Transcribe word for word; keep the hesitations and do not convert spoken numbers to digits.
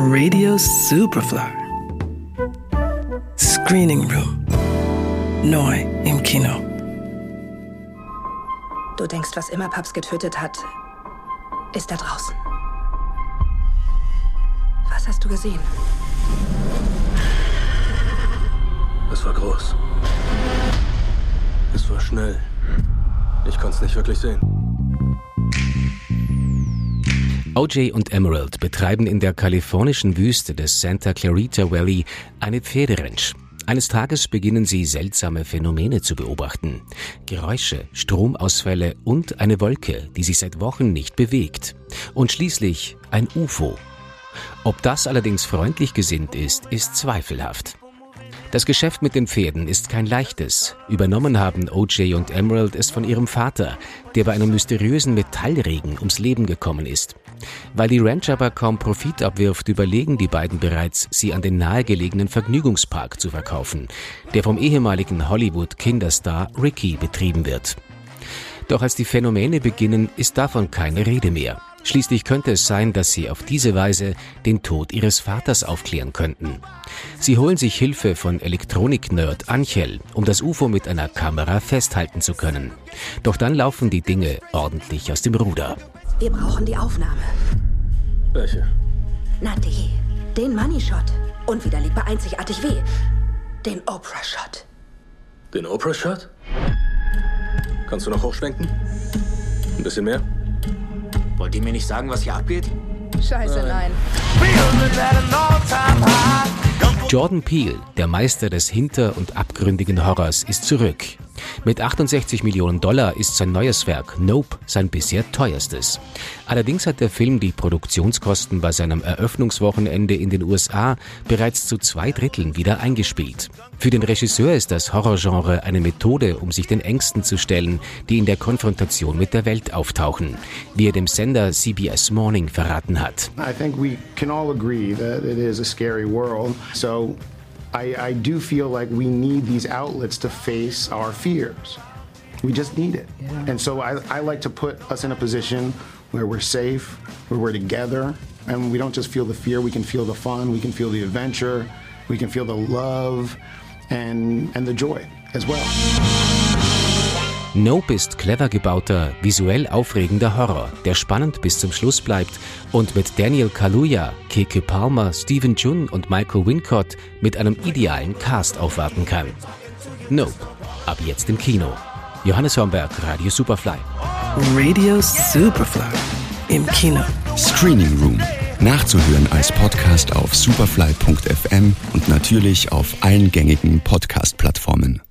Radio Superfly. Screening Room. Neu im Kino. Du denkst, was immer Paps getötet hat, ist da draußen. Was hast du gesehen? Es war groß. Es war schnell. Ich konnte es nicht wirklich sehen. O J und Emerald betreiben in der kalifornischen Wüste des Santa Clarita Valley eine Pferderanch. Eines Tages beginnen sie seltsame Phänomene zu beobachten. Geräusche, Stromausfälle und eine Wolke, die sich seit Wochen nicht bewegt. Und schließlich ein U F O. Ob das allerdings freundlich gesinnt ist, ist zweifelhaft. Das Geschäft mit den Pferden ist kein leichtes. Übernommen haben O J und Emerald es von ihrem Vater, der bei einem mysteriösen Metallregen ums Leben gekommen ist. Weil die Ranch aber kaum Profit abwirft, überlegen die beiden bereits, sie an den nahegelegenen Vergnügungspark zu verkaufen, der vom ehemaligen Hollywood-Kinderstar Ricky betrieben wird. Doch als die Phänomene beginnen, ist davon keine Rede mehr. Schließlich könnte es sein, dass sie auf diese Weise den Tod ihres Vaters aufklären könnten. Sie holen sich Hilfe von Elektronik-Nerd Angel, um das U F O mit einer Kamera festhalten zu können. Doch dann laufen die Dinge ordentlich aus dem Ruder. Wir brauchen die Aufnahme. Welche? Na die. Den Money Shot. Unwiderlegbar einzigartig wie den Oprah Shot. Den Oprah Shot? Kannst du noch hochschwenken? Ein bisschen mehr? Wollt ihr mir nicht sagen, was hier abgeht? Scheiße, nein. Jordan Peele, der Meister des hinter- und abgründigen Horrors, ist zurück. Mit achtundsechzig Millionen Dollar ist sein neues Werk Nope sein bisher teuerstes. Allerdings hat der Film die Produktionskosten bei seinem Eröffnungswochenende in den U S A bereits zu zwei Dritteln wieder eingespielt. Für den Regisseur ist das Horrorgenre eine Methode, um sich den Ängsten zu stellen, die in der Konfrontation mit der Welt auftauchen, wie er dem Sender C B S Morning verraten hat. I think we can all agree that it is a scary world. So I, I do feel like we need these outlets to face our fears. We just need it. Yeah. And so I, I like to put us in a position where we're safe, where we're together, and we don't just feel the fear, we can feel the fun, we can feel the adventure, we can feel the love and, and the joy as well. Nope ist clever gebauter, visuell aufregender Horror, der spannend bis zum Schluss bleibt und mit Daniel Kaluuya, Keke Palmer, Stephen Jun und Michael Wincott mit einem idealen Cast aufwarten kann. Nope, ab jetzt im Kino. Johannes Homberg, Radio Superfly. Radio Superfly im Kino. Screening Room. Nachzuhören als Podcast auf superfly punkt f m und natürlich auf allen gängigen Podcast-Plattformen.